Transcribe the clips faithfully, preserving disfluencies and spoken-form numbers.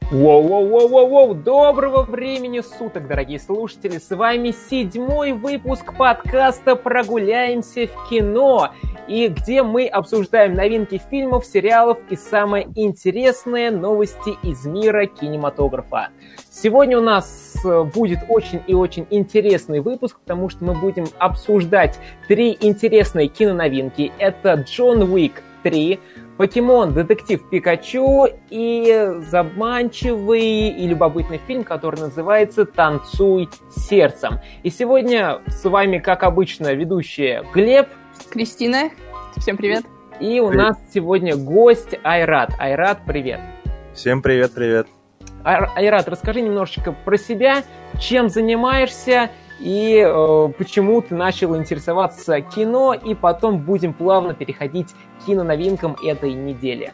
Воу-воу-воу-воу-воу! Доброго времени суток, дорогие слушатели! С вами седьмой выпуск подкаста «Прогуляемся в кино», и где мы обсуждаем новинки фильмов, сериалов и самые интересные новости из мира кинематографа. Сегодня у нас будет очень и очень интересный выпуск, потому что мы будем обсуждать три интересные киноновинки. Это «Джон Уик три», «Покемон. Детектив Пикачу» и заманчивый и любопытный фильм, который называется «Танцуй сердцем». И сегодня с вами, как обычно, ведущие Глеб, Кристина. Всем привет. И у привет. Нас сегодня гость Айрат. Айрат, привет. Всем привет-привет. Айрат, расскажи немножечко про себя, чем занимаешься и э, почему ты начал интересоваться кино, и потом будем плавно переходить к киноновинкам этой недели.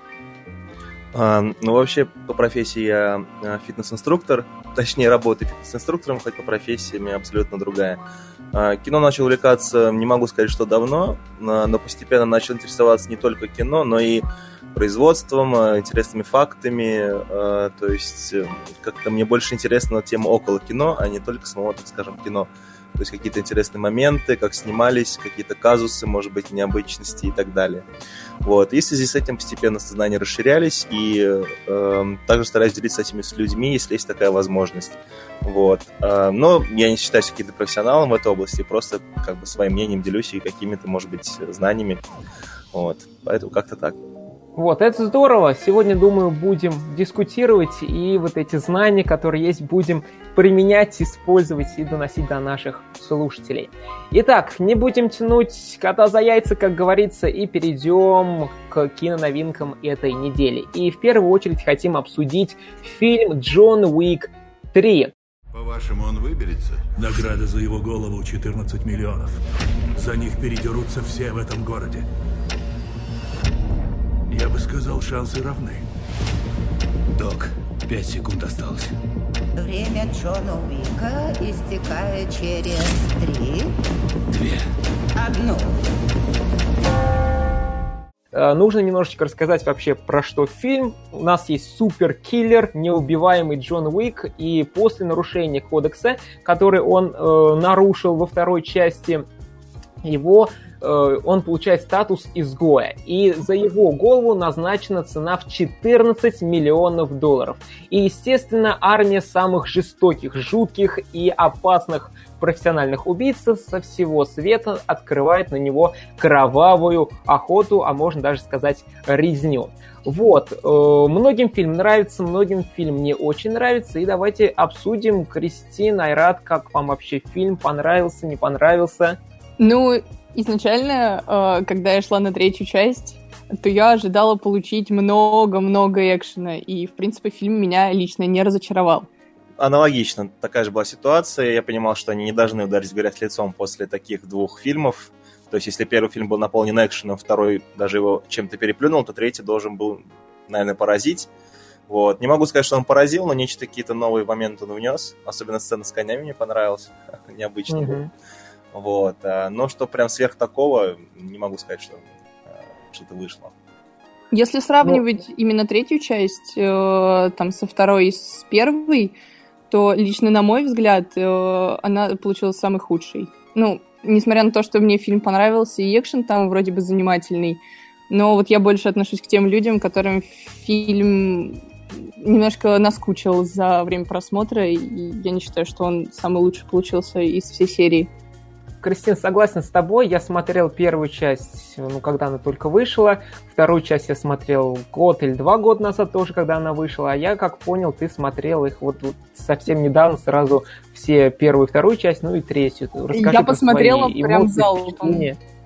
А, ну, вообще, по профессии я фитнес-инструктор, точнее, работаю фитнес-инструктором, хоть по профессии у меня абсолютно другая. А, кино начал увлекаться, не могу сказать, что давно, но постепенно начал интересоваться не только кино, но и производством, интересными фактами, то есть как-то мне больше интересна тема около кино, а не только самого, так скажем, кино. То есть какие-то интересные моменты, как снимались, какие-то казусы, может быть, необычности и так далее. Вот. И в связи с этим постепенно сознания расширялись, и э, также стараюсь делиться этими с людьми, если есть такая возможность. Вот. Э, но я не считаюсь каким-то профессионалом в этой области, просто как бы своим мнением делюсь и какими-то, может быть, знаниями. Вот. Поэтому как-то так. Вот, это здорово. Сегодня, думаю, будем дискутировать и вот эти знания, которые есть, будем применять, использовать и доносить до наших слушателей. Итак, не будем тянуть кота за яйца, как говорится, и перейдем к киноновинкам этой недели. И в первую очередь хотим обсудить фильм «Джон Уик три». По-вашему, он выберется? Награда за его голову четырнадцать миллионов. За них передерутся все в этом городе. Я бы сказал, шансы равны. Док, пять секунд осталось. Время Джона Уика истекает через три... Две. Одну. Нужно немножечко рассказать вообще, про что фильм. У нас есть суперкиллер, неубиваемый Джон Уик, и после нарушения кодекса, который он э, нарушил во второй части, его... он получает статус изгоя, и за его голову назначена цена в четырнадцать миллионов долларов. И, естественно, армия самых жестоких, жутких и опасных профессиональных убийц со всего света открывает на него кровавую охоту, а можно даже сказать резню. Вот, многим фильм нравится, многим фильм не очень нравится, и давайте обсудим. Кристина, Айрат, как вам вообще фильм, понравился, не понравился? Ну, изначально, когда я шла на третью часть, то я ожидала получить много-много экшена, и, в принципе, фильм меня лично не разочаровал. Аналогично, такая же была ситуация. Я понимал, что они не должны ударить в грязь лицом после таких двух фильмов. То есть, если первый фильм был наполнен экшеном, второй даже его чем-то переплюнул, то третий должен был, наверное, поразить. Вот. Не могу сказать, что он поразил, но нечто, какие-то новые моменты он внес. Особенно сцена с конями мне понравилась. Необычно Mm-hmm. было. Вот. Но что прям сверх такого, не могу сказать, что что-то вышло. Если сравнивать ну... именно третью часть э, там, со второй и с первой, то лично, на мой взгляд, э, она получилась самой худшей. Ну, несмотря на то, что мне фильм понравился, и экшен там вроде бы занимательный, но вот я больше отношусь к тем людям, которым фильм немножко наскучил за время просмотра, и я не считаю, что он самый лучший получился из всей серии. Кристина, согласен с тобой. Я смотрел первую часть, ну, когда она только вышла. Вторую часть я смотрел год или два года назад тоже, когда она вышла. А я, как понял, ты смотрел их вот, вот совсем недавно, сразу все первую и вторую часть, ну и третью. Расскажи я посмотрела прям залпом.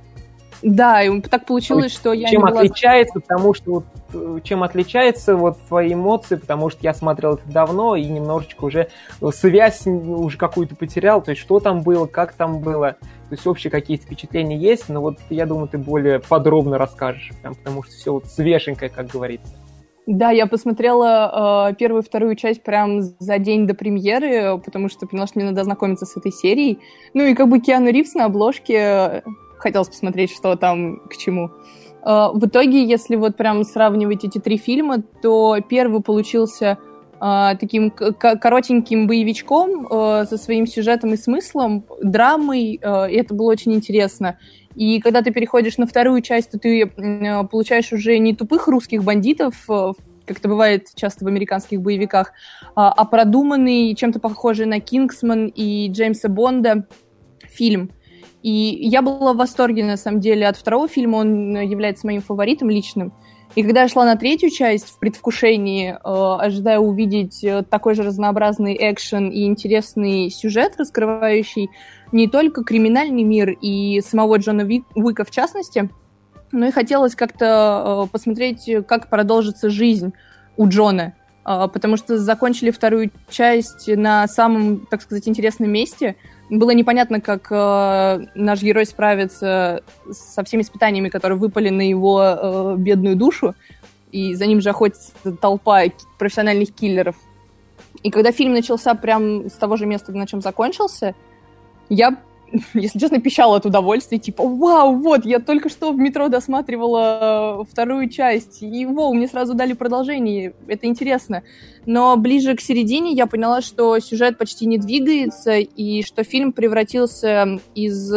Да, и так получилось, что я чем не была... отличается, потому что вот, чем отличается вот твои эмоции, потому что я смотрел это давно и немножечко уже связь уже какую-то потерял, то есть что там было, как там было, то есть общие какие-то впечатления есть, но вот я думаю, ты более подробно расскажешь, прям, потому что все вот свеженькое, как говорится. Да, я посмотрела э, первую и вторую часть прям за день до премьеры, потому что поняла, что мне надо ознакомиться с этой серией. Ну и как бы Киану Ривз на обложке, хотелось посмотреть, что там к чему. Э, в итоге, если вот прям сравнивать эти три фильма, то первый получился э, таким к- коротеньким боевичком э, со своим сюжетом и смыслом, драмой, э, и это было очень интересно. И когда ты переходишь на вторую часть, то ты э, получаешь уже не тупых русских бандитов, э, как это бывает часто в американских боевиках, а, а продуманный, чем-то похожий на «Кингсман» и Джеймса Бонда фильм. И я была в восторге, на самом деле, от второго фильма, он является моим фаворитом личным. И когда я шла на третью часть в предвкушении, э, ожидая увидеть такой же разнообразный экшен и интересный сюжет, раскрывающий не только криминальный мир и самого Джона Уика в частности, но и хотелось как-то э, посмотреть, как продолжится жизнь у Джона, э, потому что закончили вторую часть на самом, так сказать, интересном месте. Было непонятно, как э, наш герой справится со всеми испытаниями, которые выпали на его э, бедную душу, и за ним же охотится толпа профессиональных киллеров. И когда фильм начался прямо с того же места, на чем закончился, я, если честно, пищала от удовольствия, типа, вау, вот, я только что в метро досматривала вторую часть, и вау, мне сразу дали продолжение, это интересно. Но ближе к середине я поняла, что сюжет почти не двигается, и что фильм превратился из,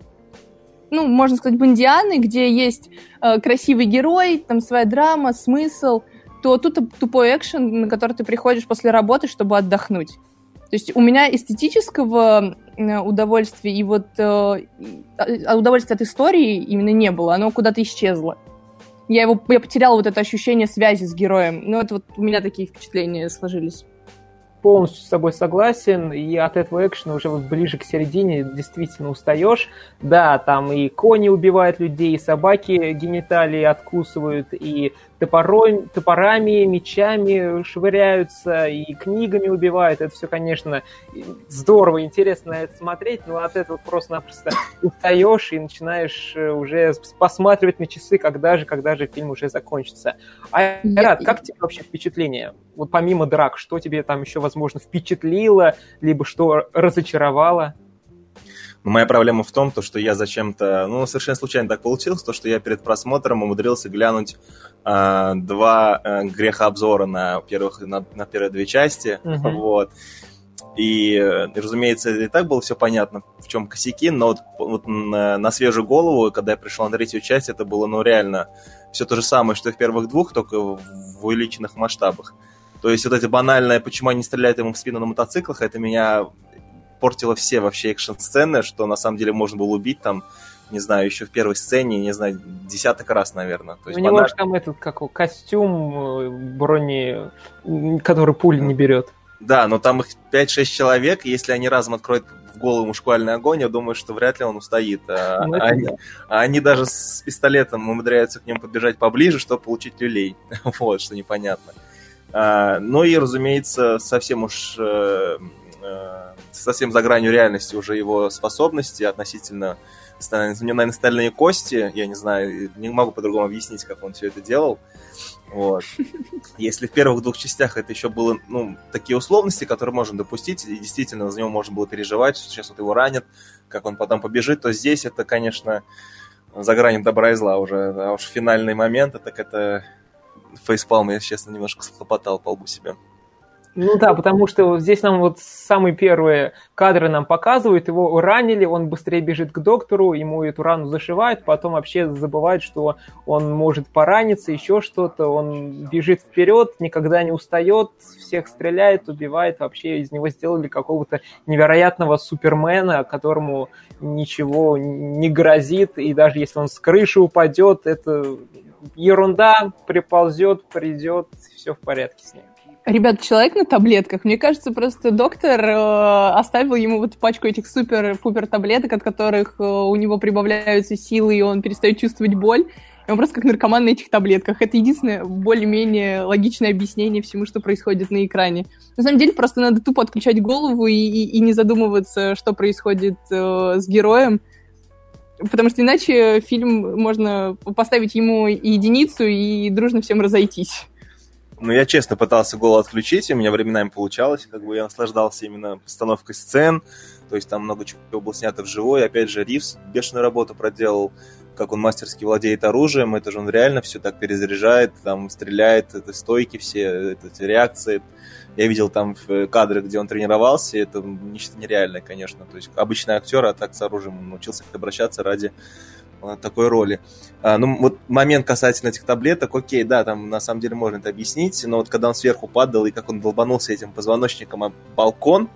ну, можно сказать, бондианы, где есть э, красивый герой, там своя драма, смысл, то тут тупой экшен, на который ты приходишь после работы, чтобы отдохнуть. То есть у меня эстетического удовольствия и вот э, удовольствия от истории именно не было, оно куда-то исчезло. Я, его, я потеряла вот это ощущение связи с героем. Ну, это вот у меня такие впечатления сложились. Полностью с тобой согласен, и от этого экшена уже вот ближе к середине действительно устаешь. Да, там и кони убивают людей, и собаки гениталии откусывают, и топором, топорами, мечами швыряются, и книгами убивают. Это все, конечно, здорово, интересно на это смотреть, но от этого просто-напросто устаешь и начинаешь уже посматривать на часы, когда же, когда же фильм уже закончится. Айрат, как тебе вообще впечатление? Вот помимо драк, что тебе там еще, возможно, впечатлило, либо что разочаровало? Моя проблема в том, то, что я зачем-то, ну, совершенно случайно так получилось, то, что я перед просмотром умудрился глянуть э, два э, греха-обзора на, первых, на, на первые две части, uh-huh. вот. И, разумеется, и так было все понятно, в чем косяки, но вот, вот на, на свежую голову, когда я пришел на третью часть, это было, ну, реально все то же самое, что и в первых двух, только в увеличенных масштабах. То есть вот это банальное, почему они стреляют ему в спину на мотоциклах, это меня портило все вообще экшн-сцены, что на самом деле можно было убить там, не знаю, еще в первой сцене, не знаю, десяток раз, наверное. То есть у него баналь... же там этот, как костюм брони, который пули не берет. Да, но там их пять-шесть человек, если они разом откроют в голову шквальный огонь, я думаю, что вряд ли он устоит. А, ну, они, да. а они даже с пистолетом умудряются к нему подбежать поближе, чтобы получить люлей. Вот, что непонятно. А, ну и, разумеется, совсем уж... Э, э, совсем за гранью реальности уже его способности относительно... У него, наверное, стальные кости, я не знаю, не могу по-другому объяснить, как он все это делал. Вот. Если в первых двух частях это еще было, ну, такие условности, которые можно допустить, и действительно за него можно было переживать, что сейчас вот его ранят, как он потом побежит, то здесь это, конечно, за гранью добра и зла уже. А уж финальный момент, так это фейспалм, я, честно, немножко схлопотал по лбу себе. Ну да, потому что здесь нам вот самые первые кадры нам показывают, его ранили, он быстрее бежит к доктору, ему эту рану зашивают, потом вообще забывает, что он может пораниться, еще что-то, он бежит вперед, никогда не устает, всех стреляет, убивает, вообще из него сделали какого-то невероятного супермена, которому ничего не грозит, и даже если он с крыши упадет, это ерунда, приползет, придет, все в порядке с ним. Ребят, человек на таблетках. Мне кажется, просто доктор э, оставил ему вот пачку этих супер-пупер таблеток, от которых э, у него прибавляются силы, и он перестает чувствовать боль. И он просто как наркоман на этих таблетках. Это единственное более-менее логичное объяснение всему, что происходит на экране. На самом деле, просто надо тупо отключать голову и, и, и не задумываться, что происходит э, с героем. Потому что иначе фильм можно поставить ему единицу и дружно всем разойтись. Ну, я честно пытался голову отключить, у меня временами получалось, как бы я наслаждался именно постановкой сцен, то есть там много чего было снято вживую, опять же, Ривз бешеную работу проделал, как он мастерски владеет оружием, это же он реально все так перезаряжает, там стреляет, это стойки все, это, эти реакции. Я видел там кадры, где он тренировался, и это нечто нереальное, конечно. То есть обычный актер, а так с оружием он научился обращаться ради такой роли. А, ну, вот момент касательно этих таблеток, окей, да, там на самом деле можно это объяснить, но вот когда он сверху падал, и как он долбанулся этим позвоночником об балкон,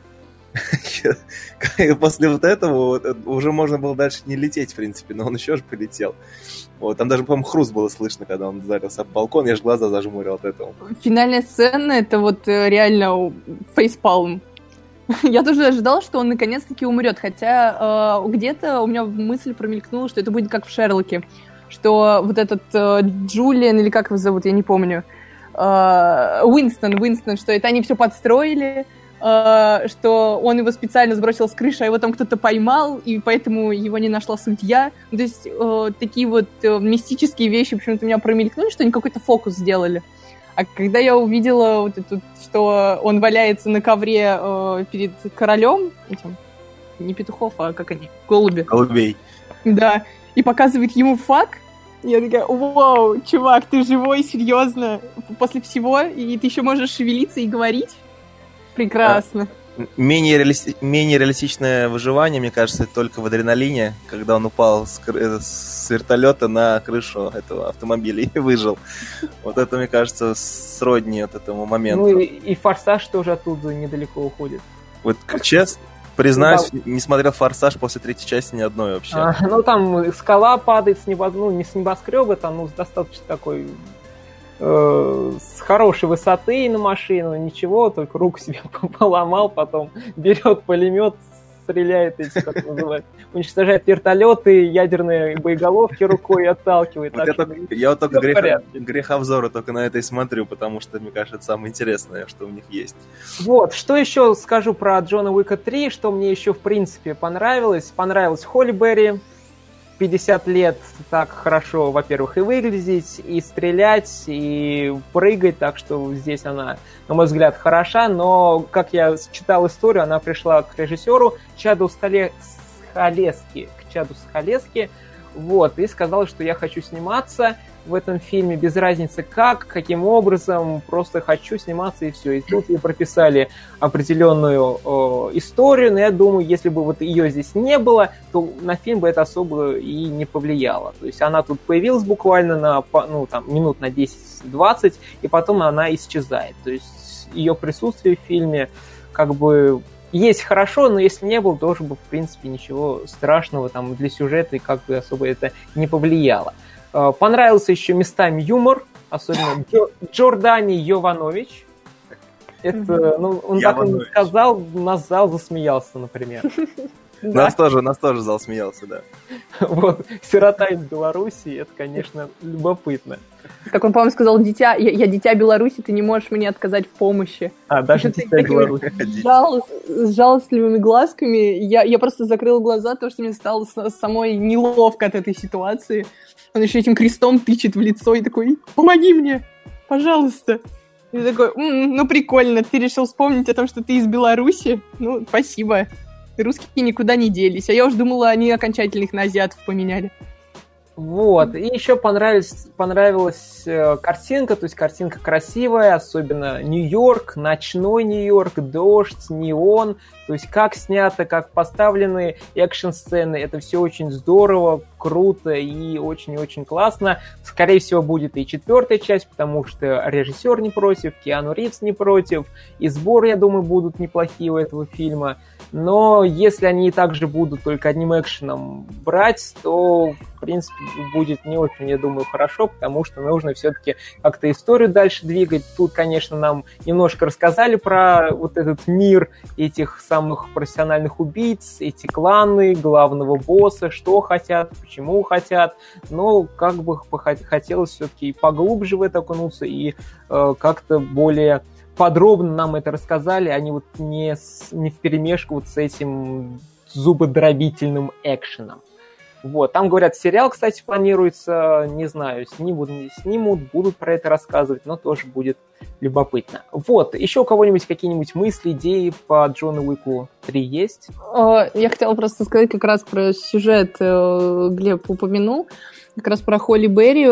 после вот этого уже можно было дальше не лететь, в принципе, но он еще же полетел. Вот, там даже, по-моему, хруст было слышно, когда он ударился об балкон, я же глаза зажмурил от этого. Финальная сцена — это вот реально фейспалм. Я тоже ожидала, что он наконец-таки умрет, хотя э, где-то у меня мысль промелькнула, что это будет как в Шерлоке, что вот этот э, Джулиан, или как его зовут, я не помню, э, Уинстон, Уинстон, что это они все подстроили, э, что он его специально сбросил с крыши, а его там кто-то поймал, и поэтому его не нашла судья. То есть э, такие вот э, мистические вещи почему-то у меня промелькнули, что они какой-то фокус сделали. А когда я увидела вот эту, что он валяется на ковре э, перед королем, этим, не петухов, а как они, голуби. Голубей. Да, и показывает ему фак, я такая, вау, чувак, ты живой, серьезно, после всего, и ты еще можешь шевелиться и говорить? Прекрасно. Менее, реали... Менее реалистичное выживание, мне кажется, только в «Адреналине», когда он упал с, кр... с вертолета на крышу этого автомобиля и выжил. Вот это, мне кажется, сродни вот этому моменту. Ну и, и «Форсаж» тоже оттуда недалеко уходит. Вот, честно, признаюсь, да. Не смотрел «Форсаж» после третьей части ни одной вообще. А, ну там скала падает с небо... ну, не с небоскреба, там ну, достаточно такой... с хорошей высоты на машину, ничего, только руку себе поломал, потом берет пулемет, стреляет, эти, как называют, уничтожает вертолеты, ядерные боеголовки рукой отталкивает. Вот я, что... только, я вот только греха, греха взора только на это и смотрю, потому что, мне кажется, это самое интересное, что у них есть. Вот, что еще скажу про Джона Уика три, что мне еще, в принципе, понравилось. Понравилась Холли Берри. пятьдесят лет так хорошо, во-первых, и выглядеть, и стрелять, и прыгать, так что здесь она, на мой взгляд, хороша, но, как я читал историю, она пришла к режиссеру Чаду Схалески, к Чаду Схалески, вот, и сказала, что я хочу сниматься в этом фильме, без разницы как, каким образом, просто хочу сниматься и все. И тут ей прописали определенную э, историю, но я думаю, если бы вот ее здесь не было, то на фильм бы это особо и не повлияло. То есть она тут появилась буквально на, ну, там, минут на десять-двадцать, и потом она исчезает. То есть ее присутствие в фильме как бы есть хорошо, но если не было, тоже бы, в принципе, ничего страшного там для сюжета и как бы особо это не повлияло. Понравился еще местами юмор, особенно Джордани Йованович. Это, ну, он так он сказал, нас зал засмеялся, например. Нас тоже, нас тоже зал смеялся, да. Вот, сирота из Беларуси, это, конечно, любопытно. Как он, по-моему, сказал, дитя, я, я дитя Беларуси, ты не можешь мне отказать в помощи. А, даже дитя Беларуси. Жал, с жалостливыми глазками. Я, я просто закрыла глаза, потому что мне стало самой неловко от этой ситуации. Он еще этим крестом тычет в лицо и такой, помоги мне, пожалуйста. И такой, м-м, ну прикольно, ты решил вспомнить о том, что ты из Беларуси? Ну, спасибо. Русские никуда не делись. А я уж думала, они окончательно их на азиатов поменяли. Вот, и еще понравилась, понравилась э, картинка, то есть картинка красивая, особенно Нью-Йорк, ночной Нью-Йорк, дождь, неон, то есть как снято, как поставлены экшн-сцены, это все очень здорово, круто и очень-очень классно. Скорее всего, будет и четвертая часть, потому что режиссер не против, Киану Ривз не против, и сборы, я думаю, будут неплохие у этого фильма. Но если они также будут только одним экшеном брать, то, в принципе, будет не очень, я думаю, хорошо, потому что нужно все-таки как-то историю дальше двигать. Тут, конечно, нам немножко рассказали про вот этот мир этих самых профессиональных убийц, эти кланы, главного босса, что хотят, почему хотят. Но как бы хотелось все-таки поглубже в это окунуться и э, как-то более... подробно нам это рассказали, они вот не, с, не вперемешку вот с этим зубодробительным экшеном. Вот, там, говорят, сериал, кстати, планируется, не знаю, снимут, не снимут, будут про это рассказывать, но тоже будет любопытно. Вот, еще у кого-нибудь какие-нибудь мысли, идеи по Джону Уику три есть? Я хотела просто сказать как раз про сюжет, Глеб упомянул, как раз про Холли Берри.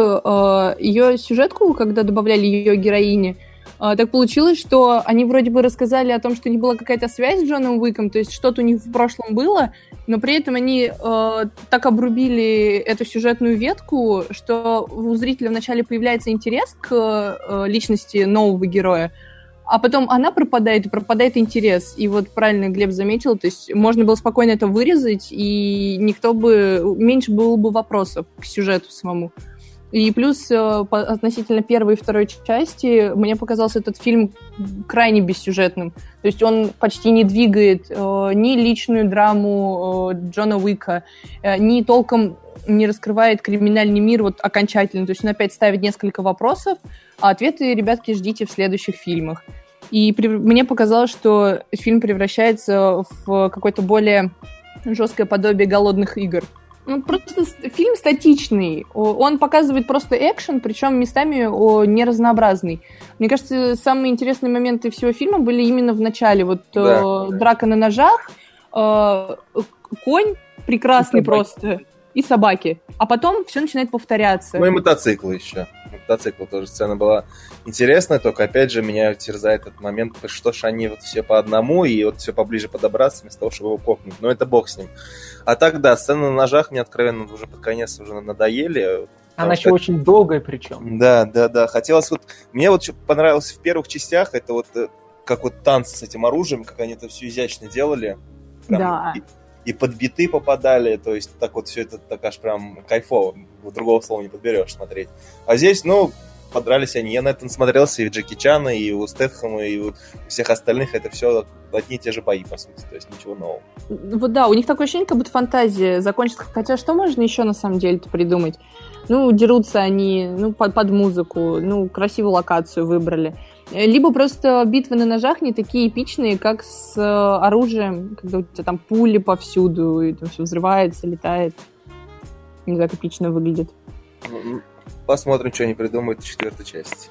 Ее сюжетку, когда добавляли ее героине, так получилось, что они вроде бы рассказали о том, что у них была какая-то связь с Джоном Уиком, то есть что-то у них в прошлом было, но при этом они э, так обрубили эту сюжетную ветку, что у зрителя вначале появляется интерес к э, личности нового героя, а потом она пропадает, и пропадает интерес. И вот правильно Глеб заметил, то есть можно было спокойно это вырезать, и никто бы... меньше было бы вопросов к сюжету самому. И плюс относительно первой и второй части мне показался этот фильм крайне бессюжетным. То есть он почти не двигает э, ни личную драму э, Джона Уика, э, ни толком не раскрывает криминальный мир вот окончательно. То есть он опять ставит несколько вопросов, а ответы, ребятки, ждите в следующих фильмах. И при... мне показалось, что фильм превращается в какое-то более жесткое подобие «Голодных игр». Ну, просто фильм статичный. Он показывает просто экшен, причем местами неразнообразный. Мне кажется, самые интересные моменты всего фильма были именно в начале. Вот да, э, драка на ножах, э, конь прекрасный и просто, и собаки. А потом все начинает повторяться. Ну и мотоциклы еще. Мотоцикл тоже сцена была интересная, только опять же меня терзает этот момент, что ж они вот все по одному и вот все поближе подобраться вместо того, чтобы его кокнуть. Но это бог с ним. А так, да, сцены на ножах мне откровенно уже под конец уже надоели. Она еще что... очень долгая причем. Да, да, да. Хотелось вот... Мне вот что понравилось в первых частях, это вот как вот танцы с этим оружием, как они это все изящно делали. Прям да. И, и под биты попадали, то есть так вот все это так аж прям кайфово. Другого слова не подберешь смотреть. А здесь, ну, подрались они. Я на это насмотрелся и у Джеки Чана, и у Стэтхэма, и у всех остальных. Это все одни и те же бои, по сути. То есть ничего нового. Вот да, у них такое ощущение, как будто фантазия закончится. Хотя что можно еще на самом деле-то придумать? Ну, дерутся они, ну, под, под музыку, ну, красивую локацию выбрали. Либо просто битвы на ножах не такие эпичные, как с оружием, когда у тебя там пули повсюду, и там все взрывается, летает. Не так эпично выглядит. Посмотрим, что они придумают в четвертой части.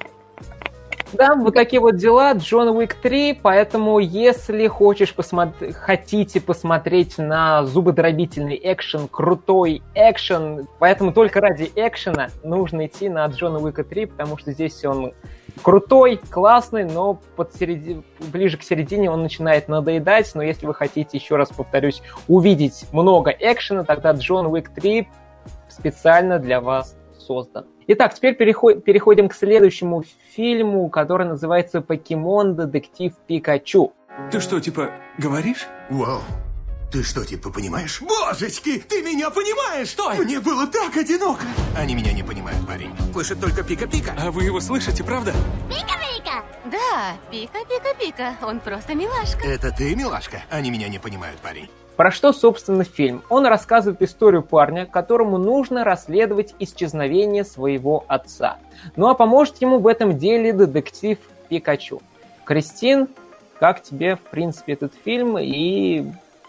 Да, вот такие вот дела. Джон Уик три, поэтому если хочешь посмотри, хотите посмотреть на зубодробительный экшен, крутой экшен, поэтому только ради экшена нужно идти на Джона Уика три, потому что здесь он крутой, классный, но под середи... ближе к середине он начинает надоедать, но если вы хотите, еще раз повторюсь, увидеть много экшена, тогда Джон Уик три специально для вас создан. Итак, теперь переход... переходим к следующему фильму, который называется «Покемон. Детектив Пикачу». Ты что, типа, говоришь? Вау. Ты что, типа, понимаешь? Божечки, ты меня понимаешь? Стой! Мне было так одиноко. Они меня не понимают, парень. Слышат только пика-пика. А вы его слышите, правда? Пика-пика! Да, пика-пика-пика. Он просто милашка. Это ты, милашка? Они меня не понимают, парень. Про что, собственно, фильм? Он рассказывает историю парня, которому нужно расследовать исчезновение своего отца. Ну а поможет ему в этом деле детектив Пикачу. Кристин, как тебе, в принципе, этот фильм и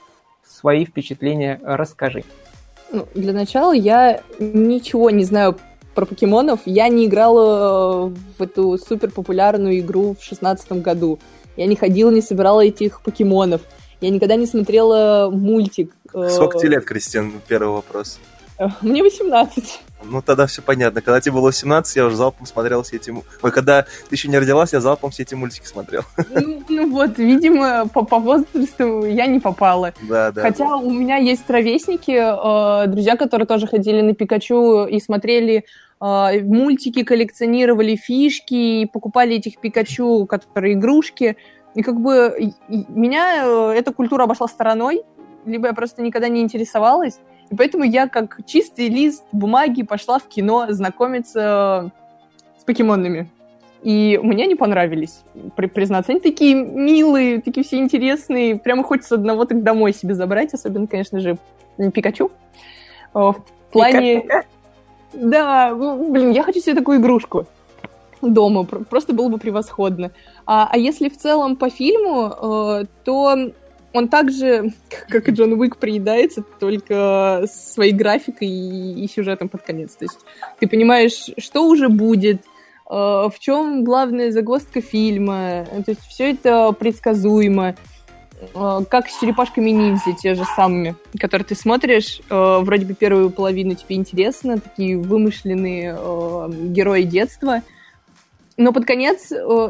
свои впечатления расскажи. Ну, для начала я ничего не знаю про покемонов. Я не играла в эту суперпопулярную игру в шестнадцатом году. Я не ходила, не собирала этих покемонов. Я никогда не смотрела мультик. Сколько тебе лет, Кристин? Первый вопрос. Мне восемнадцать. Ну, тогда все понятно. Когда тебе было восемнадцать, я уже залпом смотрел все эти... Ой, когда ты еще не родилась, я залпом все эти мультики смотрел. Ну, ну вот, видимо, по, по возрасту я не попала. Да, да. Хотя да. У меня есть ровесники, э, друзья, которые тоже ходили на Пикачу и смотрели э, мультики, коллекционировали фишки и покупали этих Пикачу, которые игрушки. И как бы и, и меня э, эта культура обошла стороной, либо я просто никогда не интересовалась. И поэтому я, как чистый лист бумаги, пошла в кино знакомиться с покемонами. И мне они понравились, при, признаться. Они такие милые, такие все интересные. Прямо хочется одного так домой себе забрать. Особенно, конечно же, Пикачу. В плане... Пика-пика. Да, блин, я хочу себе такую игрушку дома. Просто было бы превосходно. А, а если в целом по фильму, то... он также, как и Джон Уик, приедается только своей графикой и, и сюжетом под конец. То есть ты понимаешь, что уже будет, э, в чем главная загвоздка фильма. То есть все это предсказуемо. Э, как с черепашками-ниндзя, те же самыми, которые ты смотришь. Э, вроде бы первую половину тебе интересно, такие вымышленные э, герои детства. Но под конец... Э,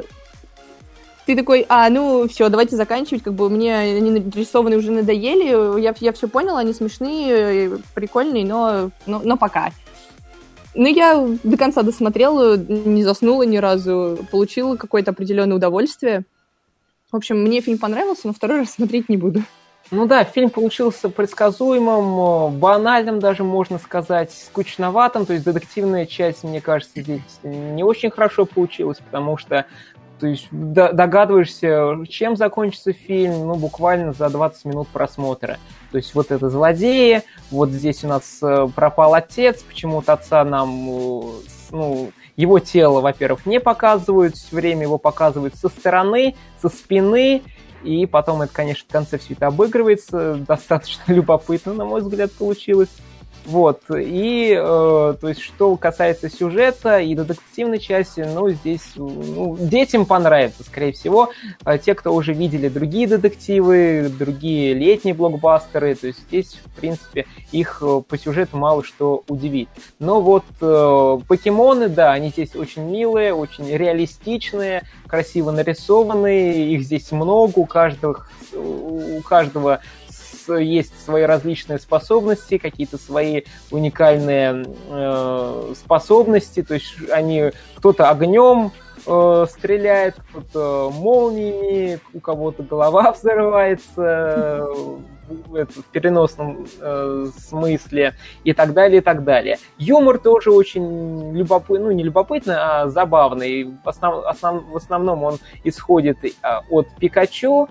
ты такой, а, ну, все, давайте заканчивать, как бы мне они нарисованы уже надоели, я, я все поняла, они смешные, прикольные, но, но, но пока. Ну, я до конца досмотрела, не заснула ни разу, получила какое-то определенное удовольствие. В общем, мне фильм понравился, но второй раз смотреть не буду. Ну да, фильм получился предсказуемым, банальным даже, можно сказать, скучноватым, то есть детективная часть, мне кажется, здесь не очень хорошо получилась, потому что то есть догадываешься, чем закончится фильм, ну, буквально за двадцать минут просмотра. То есть вот это злодеи, вот здесь у нас пропал отец, почему-то отца нам, ну, его тело, во-первых, не показывают, все время его показывают со стороны, со спины, и потом это, конечно, в конце все это обыгрывается, достаточно любопытно, на мой взгляд, получилось. Вот, и, э, то есть, что касается сюжета и детективной части, ну, здесь, ну, детям понравится, скорее всего, а те, кто уже видели другие детективы, другие летние блокбастеры, то есть, здесь, в принципе, их по сюжету мало что удивит. Но вот э, покемоны, да, они здесь очень милые, очень реалистичные, красиво нарисованные, их здесь много, у каждого, у каждого есть свои различные способности, какие-то свои уникальные э, способности, то есть они, кто-то огнем э, стреляет, кто-то молниями, у кого-то голова взрывается э, в переносном э, смысле и так далее, и так далее. Юмор тоже очень любопытный, ну не любопытный, а забавный. В, основ, основ, в основном он исходит от Пикачу,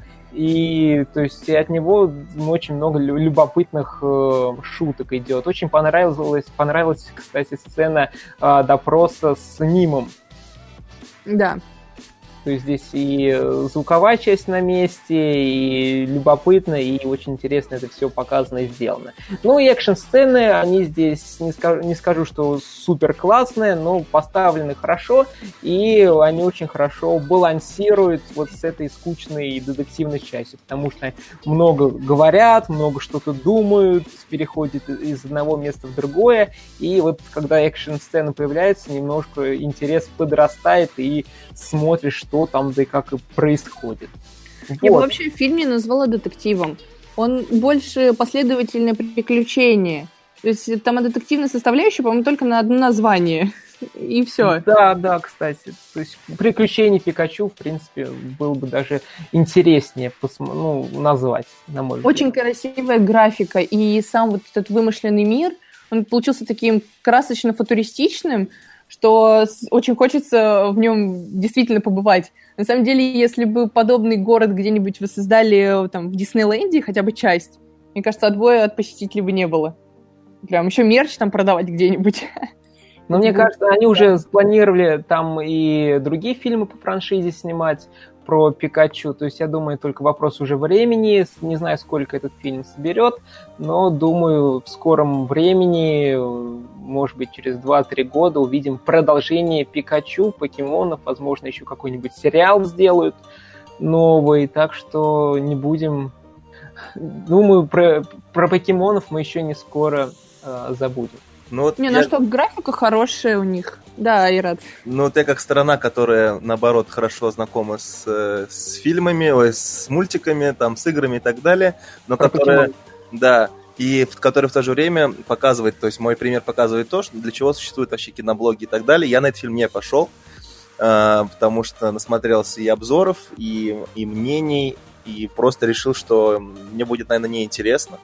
и то есть от него очень много любопытных э, шуток идет. Очень понравилась, понравилась, кстати, сцена э, допроса с Нимом. Да. То есть здесь и звуковая часть на месте, и любопытно, и очень интересно это все показано и сделано. Ну и экшн-сцены, они здесь, не скажу, не скажу, что супер классные, но поставлены хорошо, и они очень хорошо балансируют вот с этой скучной детективной частью, потому что много говорят, много что-то думают, переходят из одного места в другое, и вот когда экшн-сцена появляется, немножко интерес подрастает, и смотришь, что там, да и как и происходит. Я вот. бы вообще фильм не назвала детективом. Он больше последовательное приключение. То есть там детективная составляющая, по-моему, только на одно название. И все. Да, да, кстати. То есть приключения Пикачу, в принципе, было бы даже интереснее посм- ну, назвать, на мой взгляд. Очень красивая графика. И сам вот этот вымышленный мир, он получился таким красочно-футуристичным, что очень хочется в нем действительно побывать. На самом деле, если бы подобный город где-нибудь воссоздали там, в Диснейленде, хотя бы часть, мне кажется, отбоя от посетителей бы не было. Прям еще мерч там продавать где-нибудь. Но мне кажется, они уже спланировали там и другие фильмы по франшизе снимать про Пикачу. То есть, я думаю, только вопрос уже времени. Не знаю, сколько этот фильм соберет, но, думаю, в скором времени, может быть, через два-три года увидим продолжение Пикачу, покемонов. Возможно, еще какой-нибудь сериал сделают новый. Так что не будем... Думаю, про, про покемонов мы еще не скоро э, забудем. Ну, вот не, я... ну что, графика хорошая у них. Да, Айрат. Ну, вот я как сторона, которая, наоборот, хорошо знакома с, с фильмами, ой, с мультиками, там, с играми и так далее, но Про которая... Покемон. Да, и в которой в то же время показывает, то есть мой пример показывает то, что для чего существуют вообще киноблоги и так далее. Я на этот фильм не пошел, потому что насмотрелся и обзоров, и, и мнений, и просто решил, что мне будет, наверное, неинтересно.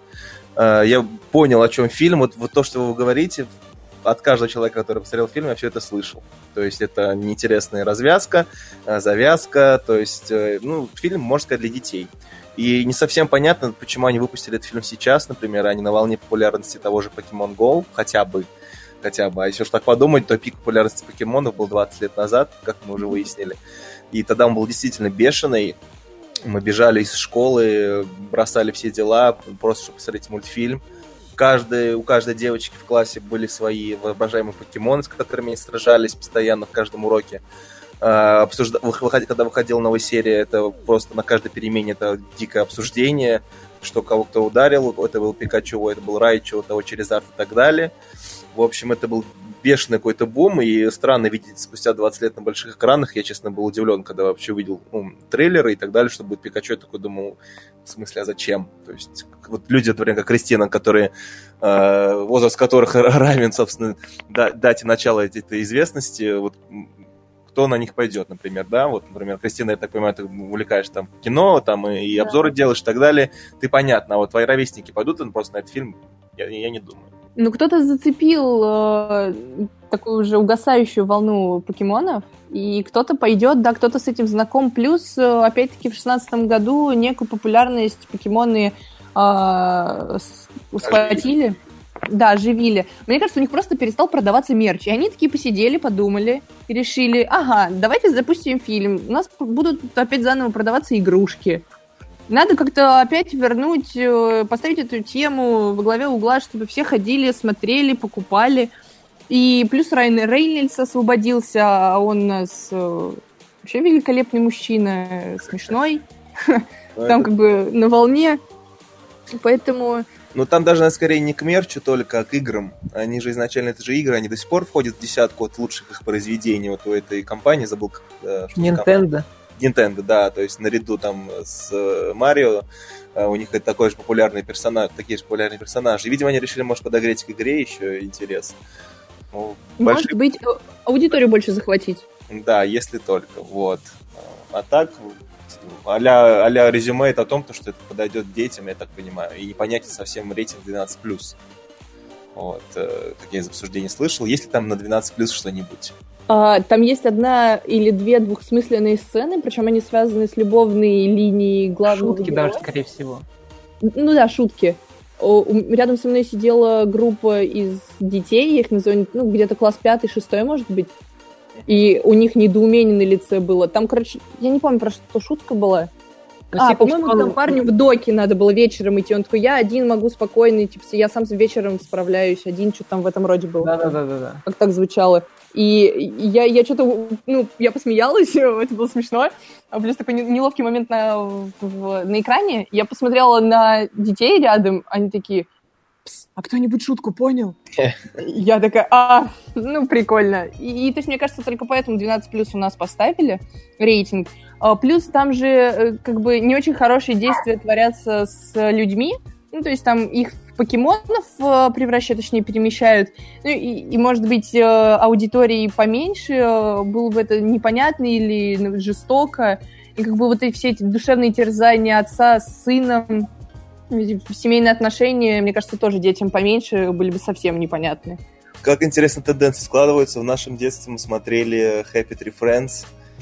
Я понял, о чем фильм. Вот, вот то, что вы говорите, от каждого человека, который посмотрел фильм, я все это слышал. То есть это неинтересная развязка, завязка. То есть, ну, фильм, можно сказать, для детей. И не совсем понятно, почему они выпустили этот фильм сейчас, например, они на волне популярности того же Pokemon Go, хотя бы. Хотя бы. А если уж так подумать, то пик популярности покемонов был двадцать лет назад, как мы уже выяснили. И тогда он был действительно бешеный. Мы бежали из школы, бросали все дела, просто чтобы посмотреть мультфильм. Каждый, у каждой девочки в классе были свои воображаемые покемоны, с которыми они сражались постоянно в каждом уроке. Обсужда... Когда выходила новая серия, это просто на каждой перемене это дикое обсуждение, что кого-то ударил, это был Пикачу, это был Райчу, того Черезард и так далее. В общем, это был бешеный какой-то бум, и странно видеть спустя двадцать лет на больших экранах. Я, честно, был удивлен, когда вообще увидел ну, трейлеры и так далее, что будет Пикачу. Я такой думал, в смысле, а зачем? То есть, вот люди, например, как Кристина, которые, э, возраст которых равен, собственно, да, дате начала этой известности, вот кто на них пойдет, например, да, вот, например, Кристина, я так понимаю, ты увлекаешь там кино, там и, и обзоры да. делаешь и так далее, ты понятно, а вот твои ровесники пойдут просто на этот фильм, я, я не думаю. Ну, кто-то зацепил э, такую уже угасающую волну покемонов, и кто-то пойдет, да, кто-то с этим знаком. Плюс, э, опять-таки, в шестнадцатом году некую популярность покемоны э, схватили. Да, оживили. Мне кажется, у них просто перестал продаваться мерч. И они такие посидели, подумали и решили, ага, давайте запустим фильм. У нас будут опять заново продаваться игрушки. Надо как-то опять вернуть, поставить эту тему во главе угла, чтобы все ходили, смотрели, покупали. И плюс Райан Рейнольдс освободился, а он у нас вообще великолепный мужчина, смешной. Там как бы на волне. Поэтому... Ну, там даже, скорее, не к мерчу только, а к играм. Они же изначально, это же игры, они до сих пор входят в десятку от лучших их произведений вот у этой компании. Забыл, как... Nintendo. Nintendo, да, то есть наряду там с Марио у них это такой же популярный персонаж, такие же популярные персонажи. И, видимо, они решили, может, подогреть к игре еще интерес. Ну, может большие... быть, аудиторию больше захватить. Да, если только, вот. А так, а-ля, а-ля резюме это о том, что это подойдет детям, я так понимаю, и непонятен совсем рейтинг двенадцать плюс. Вот, как я из обсуждений слышал. Есть ли там на двенадцать плюс что-нибудь? А, там есть одна или две двухсмысленные сцены, причем они связаны с любовной линией главного Шутки героя. даже, скорее всего. Ну да, шутки. О, рядом со мной сидела группа из детей, я их называю, ну, где-то класс пятый, шестой, может быть. И у них недоумение на лице было. Там, короче, я не помню, про что шутка была. Ну, а, типа, по-моему, он... там парню в доке надо было вечером идти. Он такой, я один могу спокойно, типа, я сам вечером справляюсь, один, что-то там в этом роде было. Да-да-да. Как так звучало. И я, я что-то, ну, я посмеялась, это было смешно. Плюс такой неловкий момент на, в, на экране. Я посмотрела на детей рядом, они такие, а кто-нибудь шутку понял? Я такая, а, ну, прикольно. И, и, то есть, мне кажется, только поэтому двенадцать плюс у нас поставили рейтинг. Плюс там же, как бы, не очень хорошие действия творятся с людьми. Ну, то есть, там их в покемонов превращают, точнее, перемещают. Ну, и, и, может быть, аудитории поменьше, было бы это непонятно или жестоко. И, как бы, вот эти все эти душевные терзания отца с сыном, семейные отношения, мне кажется, тоже детям поменьше были бы совсем непонятны. Как интересно тенденции складываются. В нашем детстве мы смотрели Happy Tree Friends.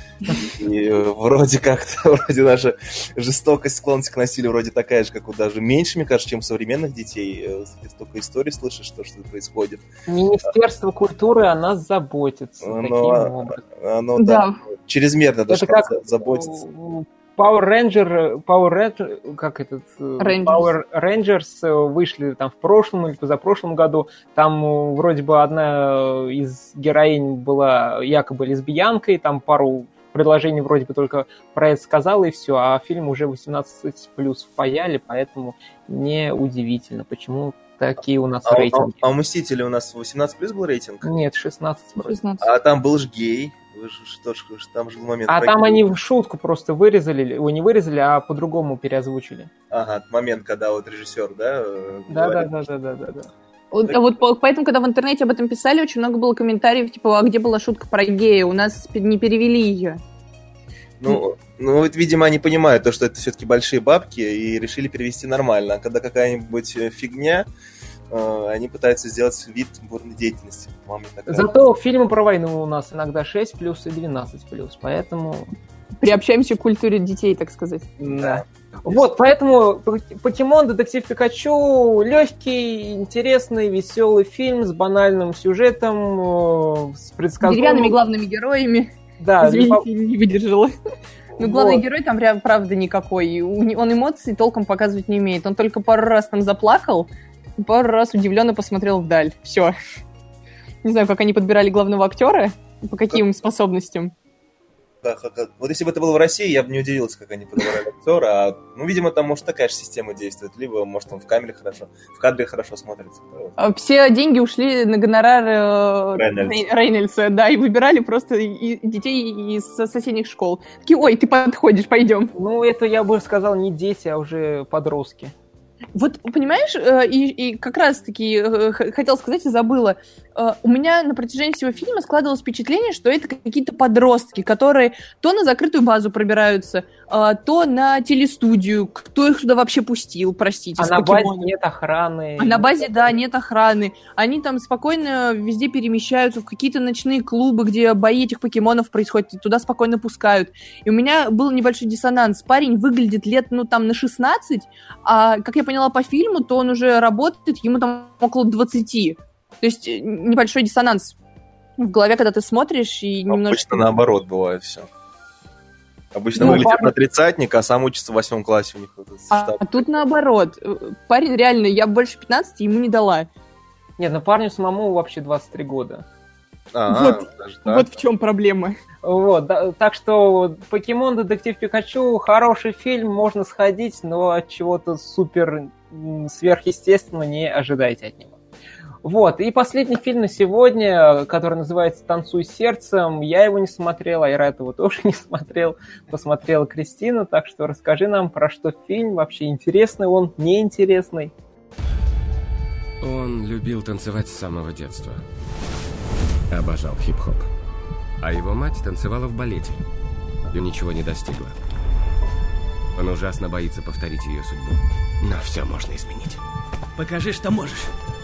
И вроде как-то, вроде наша жестокость, склонность к насилию вроде такая же, как у даже меньше, мне кажется, чем у современных детей. Столько историй слышишь, что что-то происходит. Министерство культуры о нас заботится. Оно, таким образом. Оно, да. Да, чрезмерно даже как заботится. Power Ranger, Power Ranger, как этот? Rangers. Power Rangers вышли там в прошлом или позапрошлом году. Там вроде бы одна из героинь была якобы лесбиянкой, там пару предложений вроде бы только про это сказала, и все, а фильм уже восемнадцать плюс впаяли, поэтому неудивительно, почему такие у нас а, рейтинги. А, а у «Мстителей» у нас восемнадцать плюс был рейтинг? Нет, шестнадцать. шестнадцать. А там был же гей. Вы же, что ж, там же был момент... А там они в шутку просто вырезали, его не вырезали, а по-другому переозвучили. Ага, момент, когда вот режиссер, да? Да-да-да-да-да-да. Вот, а вот поэтому, когда в интернете об этом писали, очень много было комментариев, типа, а где была шутка про гея? У нас не перевели ее. Ну, ну, вот, видимо, они понимают то, что это все-таки большие бабки, и решили перевести нормально. А когда какая-нибудь фигня, они пытаются сделать вид бурной деятельности. Зато фильмы про войну у нас иногда шесть плюс и двенадцать плюс, поэтому... Приобщаемся к культуре детей, так сказать. Да. Вот, поэтому «Покемон. Детектив Пикачу» — легкий, интересный, веселый фильм с банальным сюжетом, с предсказуемым... Деревянными главными героями. Да. Извините, не выдержала. Ну, главный Вот. герой там, прям, правда, никакой. Он эмоций толком показывать не умеет. Он только пару раз там заплакал, пару раз удивленно посмотрел вдаль. Все. Не знаю, как они подбирали главного актера, по каким способностям. Как, как, вот если бы это было в России, я бы не удивился, как они подобрали актера. А, ну, видимо, там, может, такая же система действует. Либо, может, он в камере хорошо, в кадре хорошо смотрится. Все деньги ушли на гонорар Рейнольдса. Рейнольдса, да, и выбирали просто и детей из соседних школ. Такие, ой, ты подходишь, пойдем. Ну, это, я бы сказал, не дети, а уже подростки. Вот, понимаешь, и, и как раз-таки хотела сказать и забыла. У меня на протяжении всего фильма складывалось впечатление, что это какие-то подростки, которые то на закрытую базу пробираются, то на телестудию. Кто их туда вообще пустил, простите, А на базе нет охраны. А на базе, да, нет охраны. Они там спокойно везде перемещаются в какие-то ночные клубы, где бои этих покемонов происходят, и туда спокойно пускают. И у меня был небольшой диссонанс. Парень выглядит лет, ну, там, на шестнадцать, а, как я поняла по фильму, то он уже работает, ему там около двадцати. То есть небольшой диссонанс в голове, когда ты смотришь и немножко... Обычно наоборот бывает все. Обычно Ну, выглядит парень- на тридцатник, а сам учится в восьмом классе у них. Вот этот А, штаб. а тут наоборот. Парень реально, я больше пятнадцати ему не дала. Нет, ну парню самому вообще двадцать три года. А, вот, даже так. вот в чем проблема. Вот, да, так что «Покемон. Детектив Пикачу» хороший фильм, можно сходить, но от чего-то супер м, сверхъестественного не ожидайте от него. Вот, и последний фильм на сегодня, который называется «Танцуй сердцем». Я его не смотрел, Айрат его тоже не смотрел. Посмотрела Кристина, так что расскажи нам, про что фильм, вообще интересный он, неинтересный. Он любил танцевать с самого детства. Обожал хип-хоп. А его мать танцевала в балете и ничего не достигла. Он ужасно боится повторить ее судьбу. Но все можно изменить. Покажи, что можешь.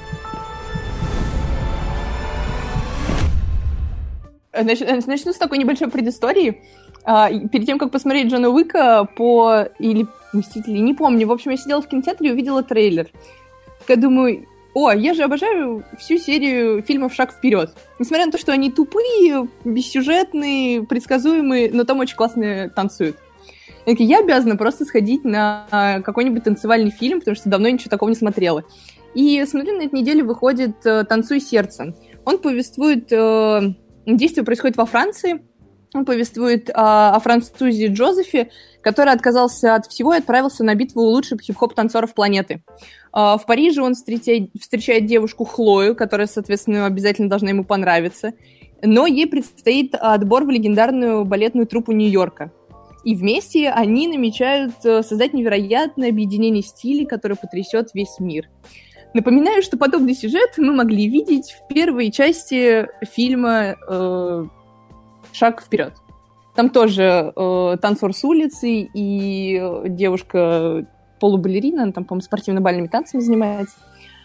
Нач- Начну с такой небольшой предыстории. А, и Перед тем, как посмотреть Джона Уика по... или Мстители, не помню. В общем, я сидела в кинотеатре и увидела трейлер. Я думаю, о, я же обожаю всю серию фильмов «Шаг вперед». Несмотря на то, что они тупые, бессюжетные, предсказуемые, но там очень классно танцуют. Я такая, я обязана просто сходить на какой-нибудь танцевальный фильм, потому что давно ничего такого не смотрела. И смотрю, на этой неделе выходит «Танцуй сердцем». Он повествует... Действие происходит во Франции. Он повествует о, о французе Джозефе, который отказался от всего и отправился на битву лучших хип-хоп-танцоров планеты. В Париже он встречает, встречает девушку Хлою, которая, соответственно, обязательно должна ему понравиться. Но ей предстоит отбор в легендарную балетную труппу Нью-Йорка. И вместе они намечают создать невероятное объединение стилей, которое потрясет весь мир. Напоминаю, что подобный сюжет мы могли видеть в первой части фильма э, «Шаг вперед». Там тоже э, танцор с улицы и девушка полубалерина, она там, по-моему, спортивно-бальными танцами занимается.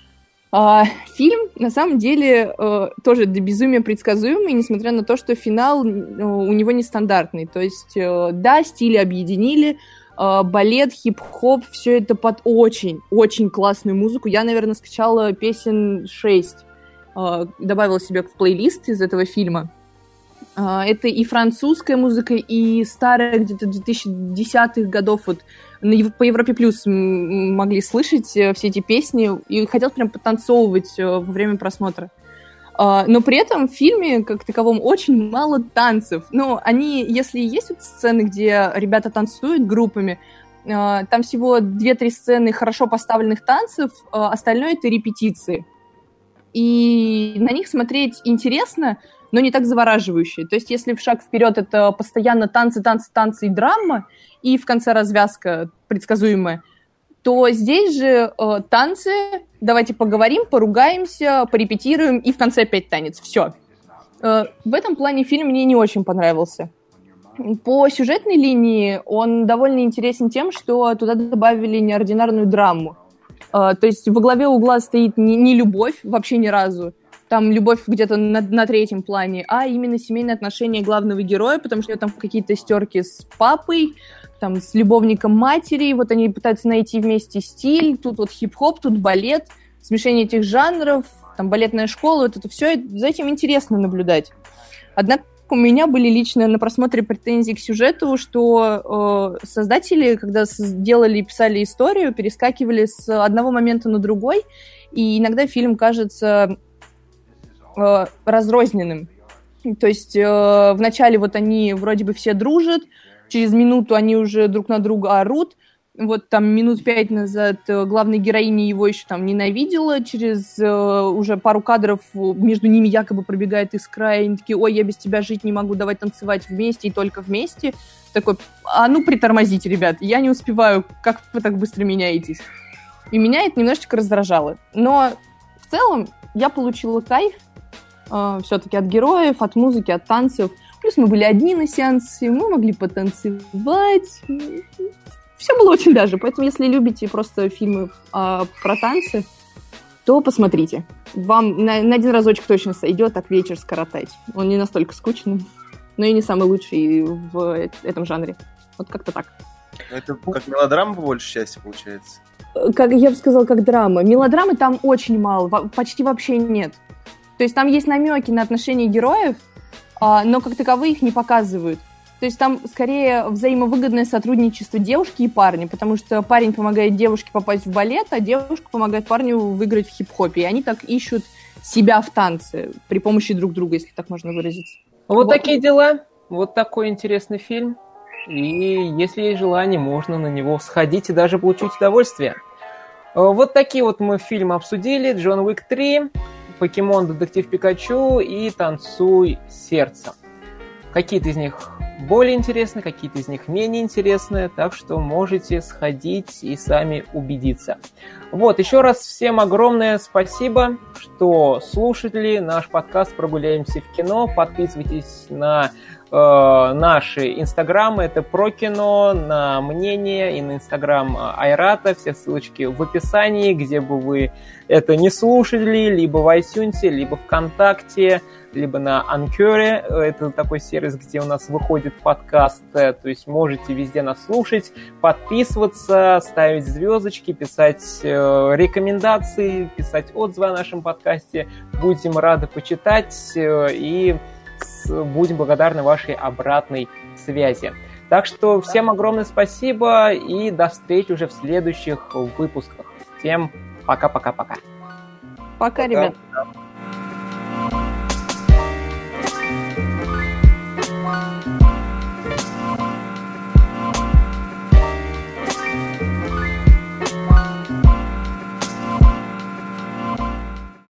А, фильм, на самом деле, э, тоже до безумия предсказуемый, несмотря на то, что финал э, у него нестандартный. То есть, э, да, стили объединили, балет, хип-хоп, все это под очень-очень классную музыку. Я, наверное, скачала песен шесть, добавила себе в плейлист из этого фильма. Это и французская музыка, и старая, где-то две тысячи десятых годов. Вот по Европе Плюс могли слышать все эти песни, и хотелось прям потанцовывать во время просмотра. Но при этом в фильме, как таковом, очень мало танцев. Ну, они, если есть вот сцены, где ребята танцуют группами, там всего две-три сцены хорошо поставленных танцев, остальное — это репетиции. И на них смотреть интересно, но не так завораживающе. То есть если в «Шаг вперед» это постоянно танцы, танцы, танцы и драма, и в конце развязка предсказуемая, то здесь же э, танцы, давайте поговорим, поругаемся, порепетируем, и в конце опять танец. Все. Э, в этом плане фильм мне не очень понравился. По сюжетной линии он довольно интересен тем, что туда добавили неординарную драму. Э, то есть во главе угла стоит не, не любовь вообще ни разу, там любовь где-то на, на третьем плане, а именно семейные отношения главного героя, потому что у него там какие-то стерки с папой, там, с любовником матери, вот они пытаются найти вместе стиль, тут вот хип-хоп, тут балет, смешение этих жанров, там, балетная школа, вот это все, за этим интересно наблюдать. Однако У меня были лично на просмотре претензии к сюжету, что э, создатели, когда делали и писали историю, перескакивали с одного момента на другой, и иногда фильм кажется э, разрозненным. То есть э, вначале вот они вроде бы все дружат, через минуту они уже друг на друга орут, вот там минут пять назад главная героиня его еще там ненавидела, через э, уже пару кадров между ними якобы пробегает искра, и они такие: ой, я без тебя жить не могу, давай танцевать вместе и только вместе. Такой: а ну притормозите, ребят, я не успеваю, как вы так быстро меняетесь. И меня это немножечко раздражало. Но в целом я получила кайф э, все-таки от героев, от музыки, от танцев. Плюс мы были одни на сеансе, мы могли потанцевать. Все было очень даже, поэтому если любите просто фильмы э, про танцы, то посмотрите. Вам на, на один разочек точно сойдет, так вечер скоротать. Он не настолько скучный, но и не самый лучший в этом жанре. Вот как-то так. Это как мелодрама по большей части получается? Как я бы сказала, как драма. Мелодрамы там очень мало, почти вообще нет. То есть там есть намеки на отношения героев, э, но как таковые их не показывают. То есть там скорее взаимовыгодное сотрудничество девушки и парня, потому что парень помогает девушке попасть в балет, а девушка помогает парню выиграть в хип-хопе. И они так ищут себя в танце при помощи друг друга, если так можно выразиться. Вот, вот такие дела. Вот такой интересный фильм. И если есть желание, можно на него сходить и даже получить удовольствие. Вот такие вот мы фильмы обсудили. Джон Уик три, Покемон Детектив Пикачу и Танцуй сердцем. Какие-то из них более интересные, какие-то из них менее интересные, так что можете сходить и сами убедиться. Вот, еще раз всем огромное спасибо, что слушали наш подкаст «Прогуляемся в кино». Подписывайтесь на э, наши инстаграмы, это Прокино, на Мнение и на инстаграм Айрата. Все ссылочки в описании, где бы вы это не слушали, либо в iTunes, либо ВКонтакте, либо на Анкере. Это такой сервис, где у нас выходит подкаст. То есть можете везде нас слушать, подписываться, ставить звездочки, писать э, рекомендации, писать отзывы о нашем подкасте. Будем рады почитать э, и с, будем благодарны вашей обратной связи. Так что всем огромное спасибо и до встречи уже в следующих выпусках. Всем пока-пока-пока. Пока, ребят.